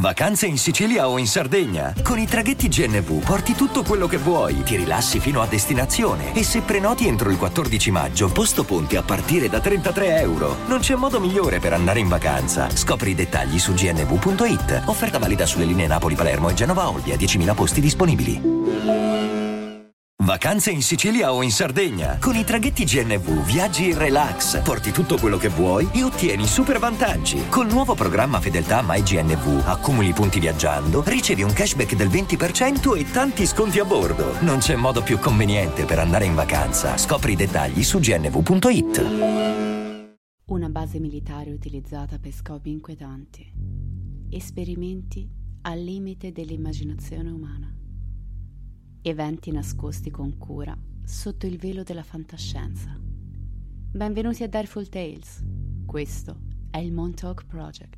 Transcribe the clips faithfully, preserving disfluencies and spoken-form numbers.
Vacanze in Sicilia o in Sardegna? Con i traghetti G N V porti tutto quello che vuoi, ti rilassi fino a destinazione e se prenoti entro il quattordici maggio, posto ponti a partire da trentatré euro. Non c'è modo migliore per andare in vacanza. Scopri i dettagli su g n v punto i t. Offerta valida sulle linee Napoli-Palermo e Genova-Olbia, diecimila posti disponibili. Vacanze in Sicilia o in Sardegna? Con i traghetti G N V viaggi in relax, porti tutto quello che vuoi e ottieni super vantaggi. Col nuovo programma Fedeltà MyGNV accumuli punti viaggiando, ricevi un cashback del venti per cento e tanti sconti a bordo. Non c'è modo più conveniente per andare in vacanza. Scopri i dettagli su g n v punto i t. Una base militare utilizzata per scopi inquietanti. Esperimenti al limite dell'immaginazione umana. Eventi nascosti con cura sotto il velo della fantascienza. Benvenuti a Direful Tales. Questo è il Montauk Project.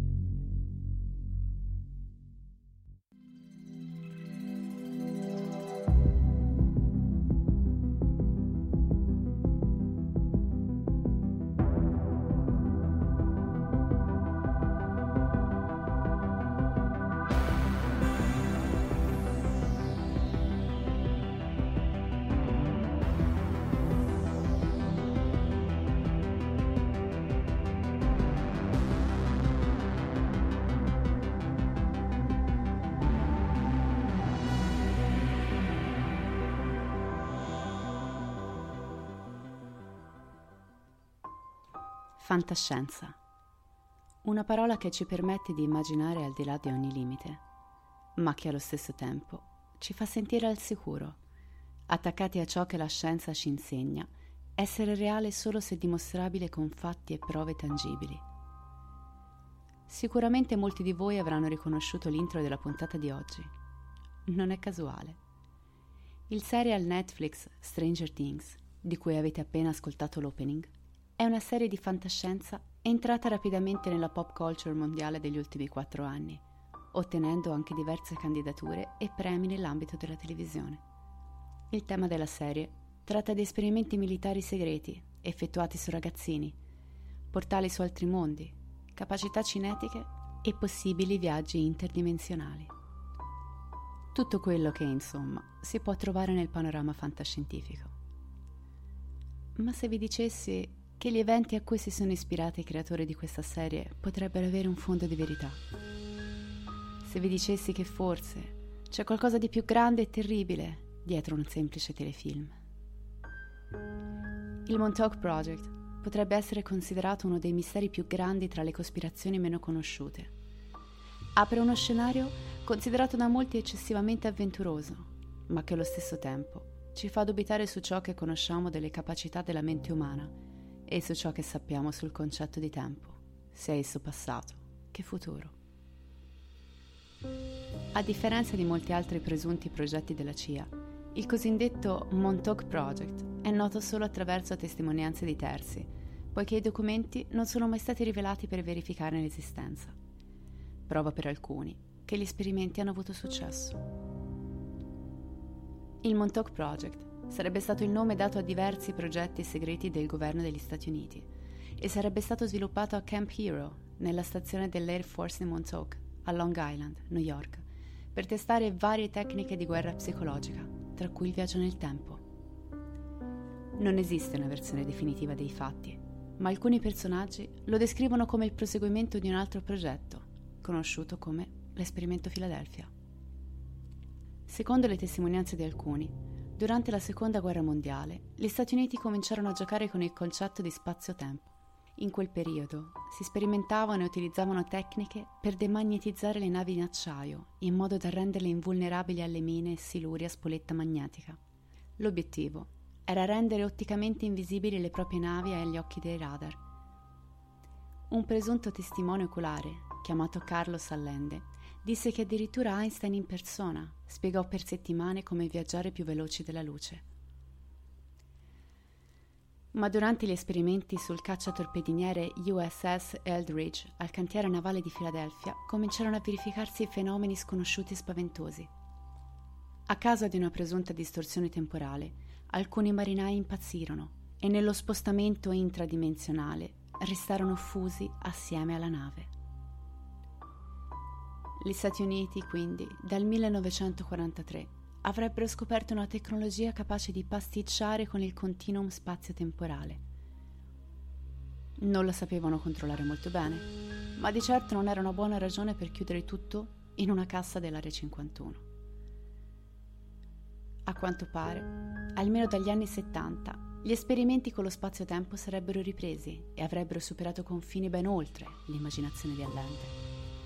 Fantascienza. Una parola che ci permette di immaginare al di là di ogni limite, ma che allo stesso tempo ci fa sentire al sicuro, attaccati a ciò che la scienza ci insegna, essere reale solo se dimostrabile con fatti e prove tangibili. Sicuramente molti di voi avranno riconosciuto l'intro della puntata di oggi. Non è casuale. Il serial Netflix Stranger Things, di cui avete appena ascoltato l'opening, è una serie di fantascienza entrata rapidamente nella pop culture mondiale degli ultimi quattro anni, ottenendo anche diverse candidature e premi nell'ambito della televisione. Il tema della serie tratta di esperimenti militari segreti effettuati su ragazzini, portali su altri mondi, capacità cinetiche e possibili viaggi interdimensionali. Tutto quello che, insomma, si può trovare nel panorama fantascientifico. Ma se vi dicessi che gli eventi a cui si sono ispirati i creatori di questa serie potrebbero avere un fondo di verità. Se vi dicessi che forse c'è qualcosa di più grande e terribile dietro un semplice telefilm. Il Montauk Project potrebbe essere considerato uno dei misteri più grandi tra le cospirazioni meno conosciute. Apre uno scenario considerato da molti eccessivamente avventuroso, ma che allo stesso tempo ci fa dubitare su ciò che conosciamo delle capacità della mente umana e su ciò che sappiamo sul concetto di tempo, sia esso passato che futuro. A differenza di molti altri presunti progetti della C I A, il cosiddetto Montauk Project è noto solo attraverso testimonianze di terzi, poiché i documenti non sono mai stati rivelati per verificarne l'esistenza. Prova per alcuni che gli esperimenti hanno avuto successo. Il Montauk Project sarebbe stato il nome dato a diversi progetti segreti del governo degli Stati Uniti e sarebbe stato sviluppato a Camp Hero, nella stazione dell'Air Force di Montauk, a Long Island, New York, per testare varie tecniche di guerra psicologica, tra cui il viaggio nel tempo. Non esiste una versione definitiva dei fatti, ma alcuni personaggi lo descrivono come il proseguimento di un altro progetto, conosciuto come l'esperimento Philadelphia. Secondo le testimonianze di alcuni, durante la Seconda Guerra Mondiale, gli Stati Uniti cominciarono a giocare con il concetto di spazio-tempo. In quel periodo si sperimentavano e utilizzavano tecniche per demagnetizzare le navi in acciaio, in modo da renderle invulnerabili alle mine e siluri a spoletta magnetica. L'obiettivo era rendere otticamente invisibili le proprie navi agli occhi dei radar. Un presunto testimone oculare, chiamato Carlos Allende, disse che addirittura Einstein in persona spiegò per settimane come viaggiare più veloci della luce. Ma durante gli esperimenti sul cacciatorpediniere U S S Eldridge al cantiere navale di Filadelfia cominciarono a verificarsi fenomeni sconosciuti e spaventosi. A causa di una presunta distorsione temporale, alcuni marinai impazzirono e nello spostamento intradimensionale restarono fusi assieme alla nave. Gli Stati Uniti, quindi, dal millenovecentoquarantatré, avrebbero scoperto una tecnologia capace di pasticciare con il continuum spazio-temporale. Non la sapevano controllare molto bene, ma di certo non era una buona ragione per chiudere tutto in una cassa dell'Area cinquantuno. A quanto pare, almeno dagli anni settanta, gli esperimenti con lo spazio-tempo sarebbero ripresi e avrebbero superato confini ben oltre l'immaginazione di Allende.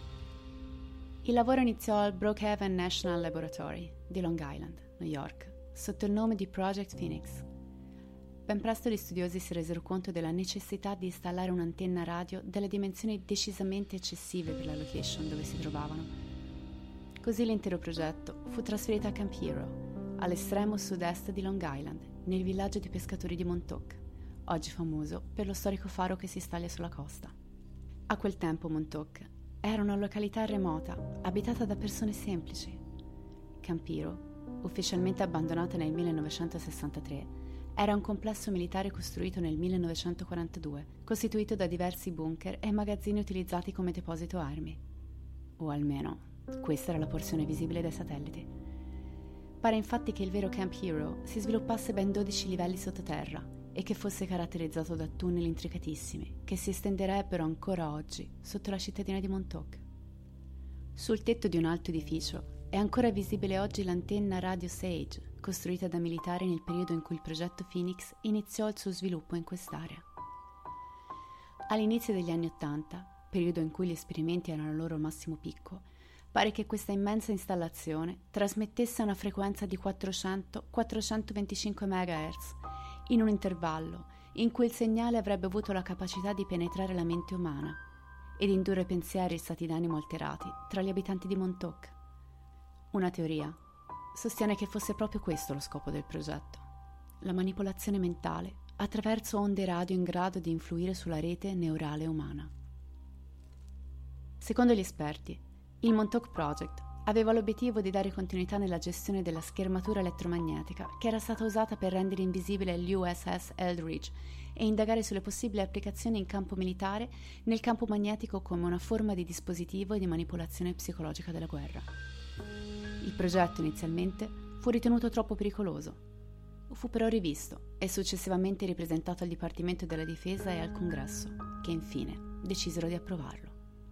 Il lavoro iniziò al Brookhaven National Laboratory di Long Island, New York, sotto il nome di Project Phoenix. Ben presto gli studiosi si resero conto della necessità di installare un'antenna radio dalle dimensioni decisamente eccessive per la location dove si trovavano. Così l'intero progetto fu trasferito a Camp Hero, all'estremo sud-est di Long Island, nel villaggio di pescatori di Montauk, oggi famoso per lo storico faro che si staglia sulla costa. A quel tempo Montauk era una località remota, abitata da persone semplici. Camp Hero, ufficialmente abbandonata nel millenovecentosessantatré, era un complesso militare costruito nel millenovecentoquarantadue, costituito da diversi bunker e magazzini utilizzati come deposito armi. O almeno, questa era la porzione visibile dai satelliti. Pare infatti che il vero Camp Hero si sviluppasse ben dodici livelli sottoterra e che fosse caratterizzato da tunnel intricatissimi che si estenderebbero ancora oggi sotto la cittadina di Montauk. Sul tetto di un alto edificio è ancora visibile oggi l'antenna radio Sage, costruita da militari nel periodo in cui il progetto Phoenix iniziò il suo sviluppo in quest'area. All'inizio degli anni Ottanta, periodo in cui gli esperimenti erano al loro massimo picco, pare che questa immensa installazione trasmettesse a una frequenza di quattrocento quattrocentoventicinque megahertz in un intervallo in cui il segnale avrebbe avuto la capacità di penetrare la mente umana ed indurre pensieri e stati d'animo alterati tra gli abitanti di Montauk. Una teoria sostiene che fosse proprio questo lo scopo del progetto: la manipolazione mentale attraverso onde radio in grado di influire sulla rete neurale umana. Secondo gli esperti, il Montauk Project aveva l'obiettivo di dare continuità nella gestione della schermatura elettromagnetica che era stata usata per rendere invisibile l'U S S Eldridge e indagare sulle possibili applicazioni in campo militare nel campo magnetico come una forma di dispositivo e di manipolazione psicologica della guerra. Il progetto inizialmente fu ritenuto troppo pericoloso. Fu però rivisto e successivamente ripresentato al Dipartimento della Difesa e al Congresso, che infine decisero di approvarlo.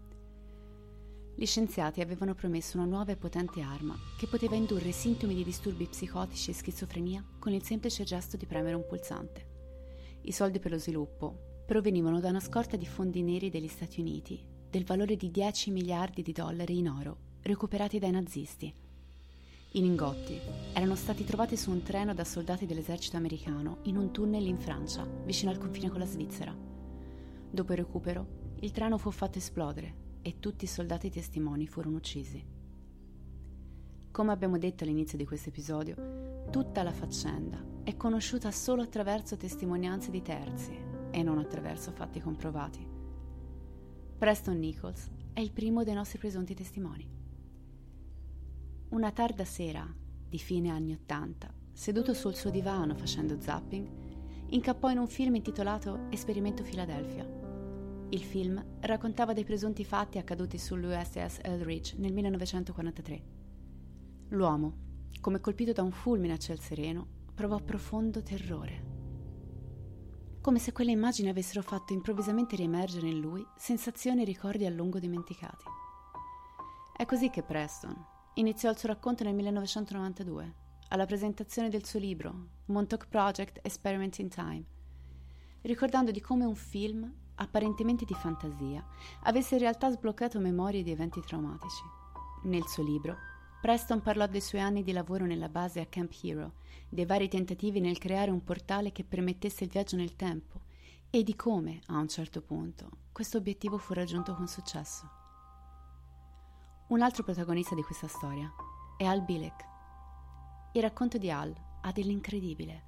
Gli scienziati avevano promesso una nuova e potente arma che poteva indurre sintomi di disturbi psicotici e schizofrenia con il semplice gesto di premere un pulsante. I soldi per lo sviluppo provenivano da una scorta di fondi neri degli Stati Uniti del valore di dieci miliardi di dollari in oro recuperati dai nazisti. I lingotti erano stati trovati su un treno da soldati dell'esercito americano in un tunnel in Francia, vicino al confine con la Svizzera. Dopo il recupero, il treno fu fatto esplodere e tutti i soldati testimoni furono uccisi. Come abbiamo detto all'inizio di questo episodio, tutta la faccenda è conosciuta solo attraverso testimonianze di terzi e non attraverso fatti comprovati. Preston Nichols è il primo dei nostri presunti testimoni. Una tarda sera, di fine anni Ottanta, seduto sul suo divano facendo zapping, incappò in un film intitolato Esperimento Philadelphia. Il film raccontava dei presunti fatti accaduti sull'U S S Eldridge nel millenovecentoquarantatré. L'uomo, come colpito da un fulmine a ciel sereno, provò profondo terrore. Come se quelle immagini avessero fatto improvvisamente riemergere in lui sensazioni e ricordi a lungo dimenticati. È così che Preston iniziò il suo racconto nel millenovecentonovantadue, alla presentazione del suo libro Montauk Project Experiment in Time, ricordando di come un film, apparentemente di fantasia, avesse in realtà sbloccato memorie di eventi traumatici. Nel suo libro, Preston parlò dei suoi anni di lavoro nella base a Camp Hero, dei vari tentativi nel creare un portale che permettesse il viaggio nel tempo e di come, a un certo punto, questo obiettivo fu raggiunto con successo. Un altro protagonista di questa storia è Al Bielek. Il racconto di Al ha dell'incredibile.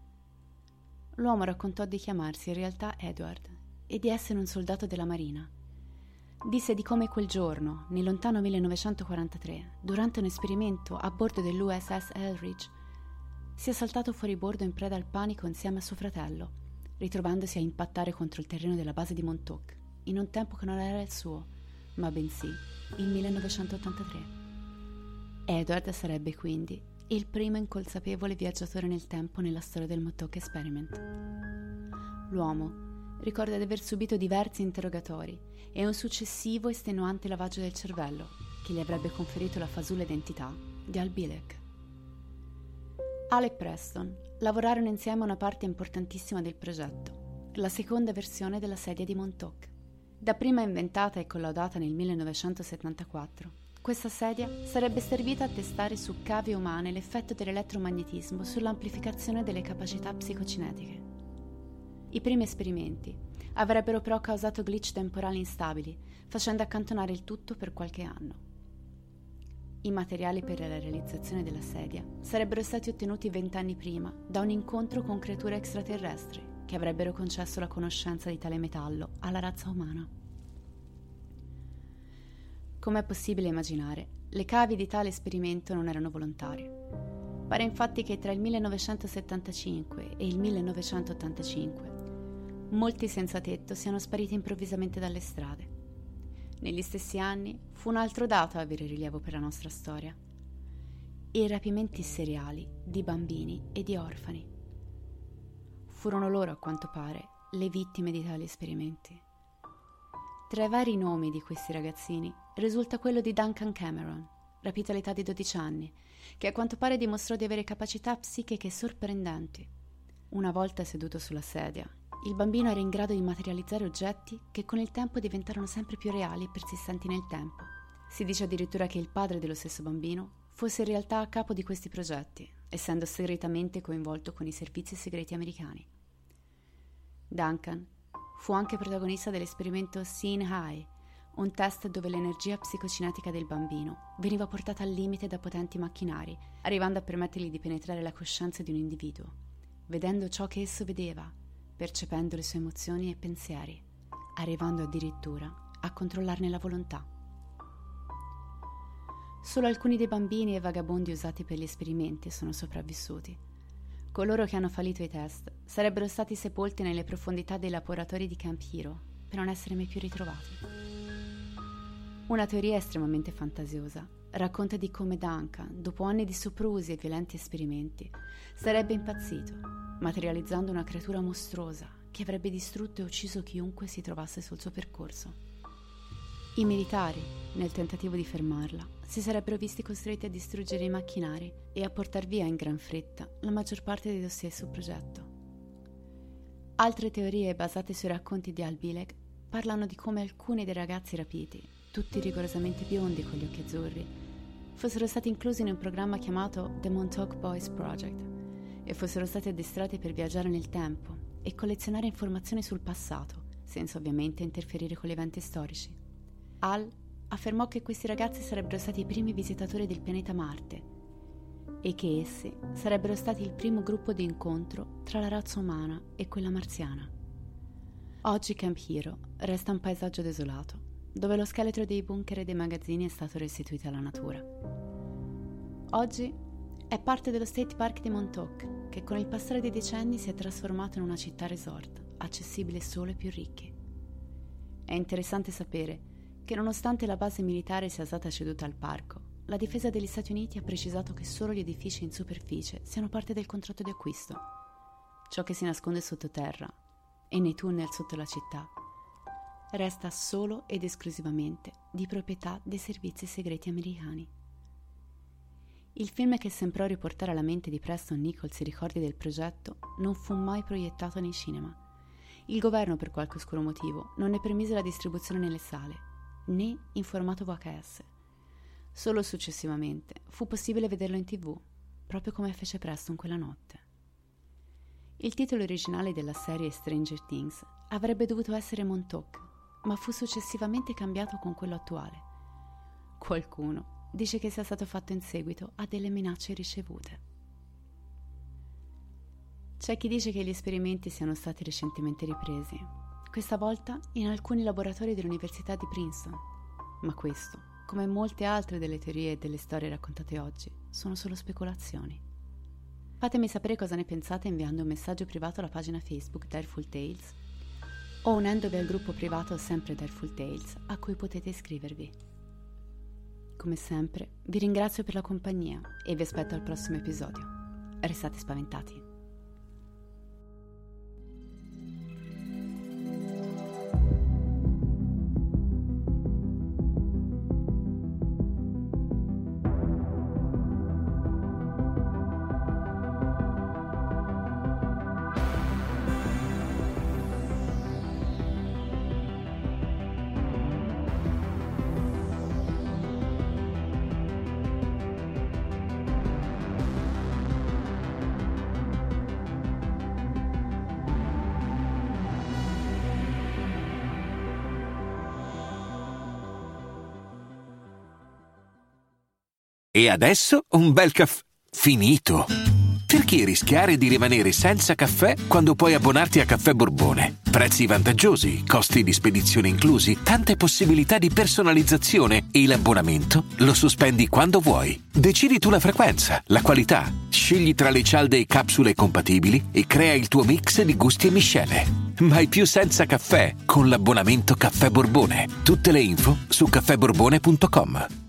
L'uomo raccontò di chiamarsi in realtà Edward e di essere un soldato della Marina. Disse di come quel giorno, nel lontano millenovecentoquarantatré, durante un esperimento a bordo dell'U S S Eldridge, sia saltato fuori bordo in preda al panico insieme a suo fratello, ritrovandosi a impattare contro il terreno della base di Montauk, in un tempo che non era il suo, ma bensì il millenovecentottantatré. Edward sarebbe quindi il primo inconsapevole viaggiatore nel tempo nella storia del Montauk Experiment. L'uomo ricorda di aver subito diversi interrogatori e un successivo estenuante lavaggio del cervello che gli avrebbe conferito la fasulla identità di Al Bielek. Al e Preston lavorarono insieme a una parte importantissima del progetto, la seconda versione della sedia di Montauk. Dapprima inventata e collaudata nel millenovecentosettantaquattro, questa sedia sarebbe servita a testare su cavie umane l'effetto dell'elettromagnetismo sull'amplificazione delle capacità psicocinetiche. I primi esperimenti avrebbero però causato glitch temporali instabili, facendo accantonare il tutto per qualche anno. I materiali per la realizzazione della sedia sarebbero stati ottenuti vent'anni prima da un incontro con creature extraterrestri che avrebbero concesso la conoscenza di tale metallo alla razza umana. Come è possibile immaginare, le cavie di tale esperimento non erano volontarie. Pare infatti che tra il millenovecentosettantacinque e il millenovecentottantacinque molti senza tetto siano spariti improvvisamente dalle strade. Negli stessi anni fu un altro dato a avere rilievo per la nostra storia: i rapimenti seriali di bambini e di orfani. Furono loro, a quanto pare, le vittime di tali esperimenti. Tra i vari nomi di questi ragazzini risulta quello di Duncan Cameron, rapito all'età di dodici anni, che a quanto pare dimostrò di avere capacità psichiche sorprendenti. Una volta seduto sulla sedia, il bambino era in grado di materializzare oggetti che con il tempo diventarono sempre più reali e persistenti nel tempo. Si dice addirittura che il padre dello stesso bambino fosse in realtà a capo di questi progetti, essendo segretamente coinvolto con i servizi segreti americani. Duncan fu anche protagonista dell'esperimento Seeing Eye, un test dove l'energia psicocinetica del bambino veniva portata al limite da potenti macchinari, arrivando a permettergli di penetrare la coscienza di un individuo, vedendo ciò che esso vedeva, percependo le sue emozioni e pensieri, arrivando addirittura a controllarne la volontà. Solo alcuni dei bambini e vagabondi usati per gli esperimenti sono sopravvissuti. Coloro che hanno fallito i test sarebbero stati sepolti nelle profondità dei laboratori di Camp Hero per non essere mai più ritrovati. Una teoria estremamente fantasiosa racconta di come Duncan, dopo anni di soprusi e violenti esperimenti, sarebbe impazzito, materializzando una creatura mostruosa che avrebbe distrutto e ucciso chiunque si trovasse sul suo percorso. I militari, nel tentativo di fermarla, si sarebbero visti costretti a distruggere i macchinari e a portar via in gran fretta la maggior parte dei dossier sul progetto. Altre teorie basate sui racconti di Al Bielek parlano di come alcuni dei ragazzi rapiti, tutti rigorosamente biondi con gli occhi azzurri, fossero stati inclusi in un programma chiamato The Montauk Boys Project e fossero stati addestrati per viaggiare nel tempo e collezionare informazioni sul passato, senza ovviamente interferire con gli eventi storici. Al affermò che questi ragazzi sarebbero stati i primi visitatori del pianeta Marte e che essi sarebbero stati il primo gruppo di incontro tra la razza umana e quella marziana. Oggi Camp Hero resta un paesaggio desolato, dove lo scheletro dei bunker e dei magazzini è stato restituito alla natura. Oggi è parte dello State Park di Montauk, che con il passare dei decenni si è trasformato in una città resort, accessibile solo ai più ricchi. È interessante sapere che nonostante la base militare sia stata ceduta al parco, la difesa degli Stati Uniti ha precisato che solo gli edifici in superficie siano parte del contratto di acquisto. Ciò che si nasconde sottoterra e nei tunnel sotto la città resta solo ed esclusivamente di proprietà dei servizi segreti americani. Il film che sembrò riportare alla mente di Preston Nichols i ricordi del progetto non fu mai proiettato nei cinema. Il governo, per qualche oscuro motivo, non ne permise la distribuzione nelle sale, né in formato V H S. Solo successivamente fu possibile vederlo in tivù, proprio come fece Preston quella notte. Il titolo originale della serie Stranger Things avrebbe dovuto essere Montauk, ma fu successivamente cambiato con quello attuale. Qualcuno dice che sia stato fatto in seguito a delle minacce ricevute. C'è chi dice che gli esperimenti siano stati recentemente ripresi, questa volta in alcuni laboratori dell'Università di Princeton, ma questo, come molte altre delle teorie e delle storie raccontate oggi, sono solo speculazioni. Fatemi sapere cosa ne pensate inviando un messaggio privato alla pagina Facebook Direful Tales o unendovi al gruppo privato sempre Dareful Tales, a cui potete iscrivervi. Come sempre, vi ringrazio per la compagnia e vi aspetto al prossimo episodio. Restate spaventati. E adesso un bel caffè finito. Perché rischiare di rimanere senza caffè quando puoi abbonarti a Caffè Borbone? Prezzi vantaggiosi, costi di spedizione inclusi, tante possibilità di personalizzazione e l'abbonamento lo sospendi quando vuoi. Decidi tu la frequenza, la qualità, scegli tra le cialde e capsule compatibili e crea il tuo mix di gusti e miscele. Mai più senza caffè con l'abbonamento Caffè Borbone. Tutte le info su caffè borbone punto com.